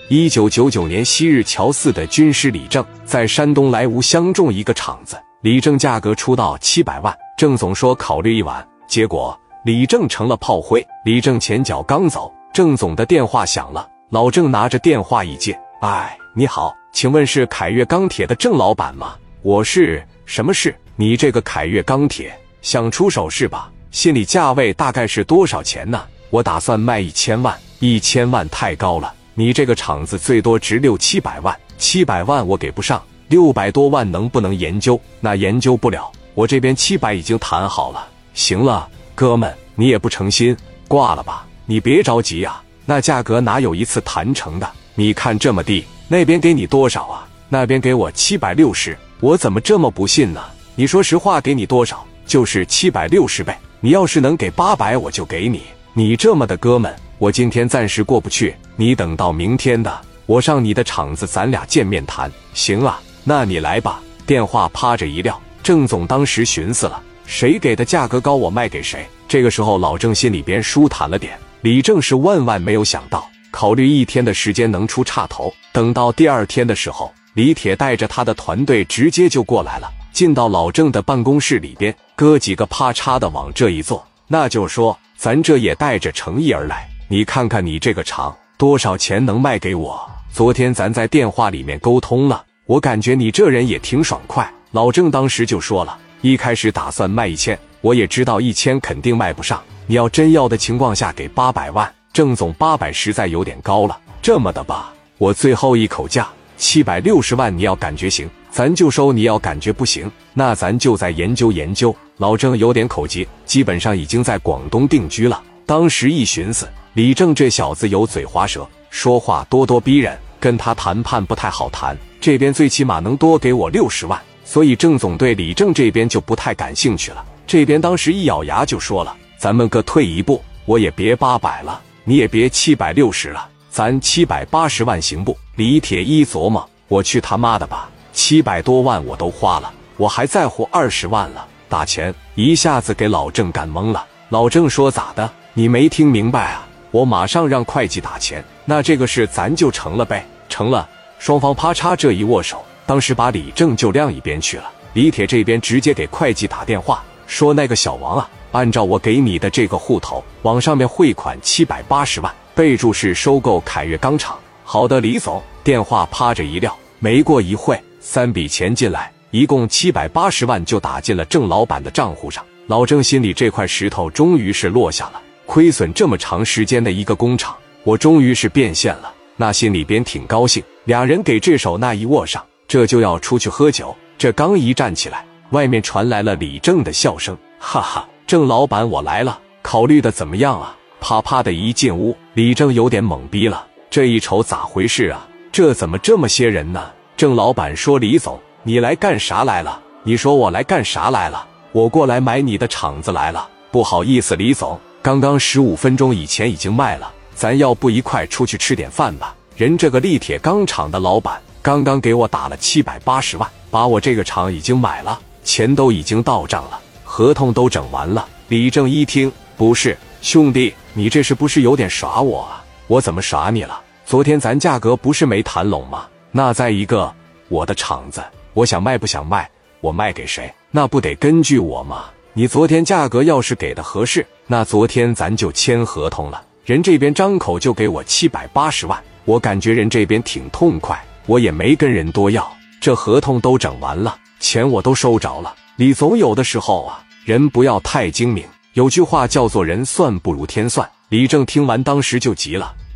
1999年昔日乔4的军师李正在山东莱芜相中一个厂子，李正价格出到700万，郑总说考虑一晚，结果李正成了炮灰。李正前脚刚走，郑总的电话响了，老郑拿着电话一接，哎，你好，请问是凯越钢铁的郑老板吗？我是，什么事？你这个凯越钢铁想出手是吧？心理价位大概是多少钱呢？我打算卖1000万，1000万太高了，你这个厂子最多值600-700万，700万我给不上，600多万能不能研究？那研究不了，我这边700已经谈好了。行了，哥们，你也不诚心，挂了吧，你别着急啊，那价格哪有一次谈成的？你看这么低，那边给你多少啊？那边给我760，我怎么这么不信呢？你说实话，给你多少？就是760倍。你要是能给800，我就给你。你这么的哥们，我今天暂时过不去，你等到明天的，我上你的厂子，咱俩见面谈。行啊，那你来吧。电话啪着一撂，郑总当时寻思了，谁给的价格高，我卖给谁。这个时候老郑心里边舒坦了点，李正是万万没有想到，考虑1天的时间能出岔头。等到第2天的时候，李铁带着他的团队直接就过来了，进到老郑的办公室里边，哥几个啪嚓的往这一坐，那就说咱这也带着诚意而来，你看看你这个厂多少钱能卖给我？昨天咱在电话里面沟通了，我感觉你这人也挺爽快。老郑当时就说了，一开始打算卖1000，我也知道1000肯定卖不上，你要真要的情况下给800万。郑总800实在有点高了，这么的吧，我最后一口价760万，你要感觉行，咱就收；你要感觉不行，那咱就再研究研究。老郑有点口急，基本上已经在广东定居了。当时一寻思，李正这小子油嘴滑舌，说话咄咄逼人，跟他谈判不太好谈。这边最起码能多给我60万，所以郑总对李正这边就不太感兴趣了。这边当时一咬牙就说了，咱们各退一步，我也别800了，你也别760了，咱780万行不？李铁一琢磨，我去他妈的吧，700多万我都花了，我还在乎20万了？打钱一下子给老郑干懵了。老郑说咋的？你没听明白啊？我马上让会计打钱，那这个事咱就成了呗。成了，双方啪嚓这一握手，当时把李正就晾一边去了。李铁这边直接给会计打电话，说那个小王啊，按照我给你的这个户头往上面汇款780万，备注是收购凯越钢厂。好的，李总。电话啪着一撂，没过一会，3笔钱进来，一共780万就打进了郑老板的账户上。老郑心里这块石头终于是落下了，亏损这么长时间的一个工厂，我终于是变现了，那心里边挺高兴。俩人给这手那一握上，这就要出去喝酒。这刚一站起来，外面传来了李正的笑声，哈哈，郑老板我来了，考虑的怎么样啊？啪啪的一进屋，李正有点懵逼了，这一瞅咋回事啊？这怎么这么些人呢？郑老板说，李总，你来干啥来了？你说我来干啥来了？我过来买你的厂子来了。不好意思，李总，刚刚15分钟以前已经卖了，咱要不一块出去吃点饭吧？人这个立铁钢厂的老板刚刚给我打了780万，把我这个厂已经买了，钱都已经到账了，合同都整完了。李正一听，不是，兄弟，你这是不是有点耍我啊？我怎么耍你了？昨天咱价格不是没谈拢吗？那再一个，我的厂子，我想卖不想卖，我卖给谁，那不得根据我吗？你昨天价格要是给的合适，那昨天咱就签合同了。人这边张口就给我780万，我感觉人这边挺痛快，我也没跟人多要，这合同都整完了，钱我都收着了。李总，有的时候啊，人不要太精明，有句话叫做人算不如天算。李正听完当时就急了，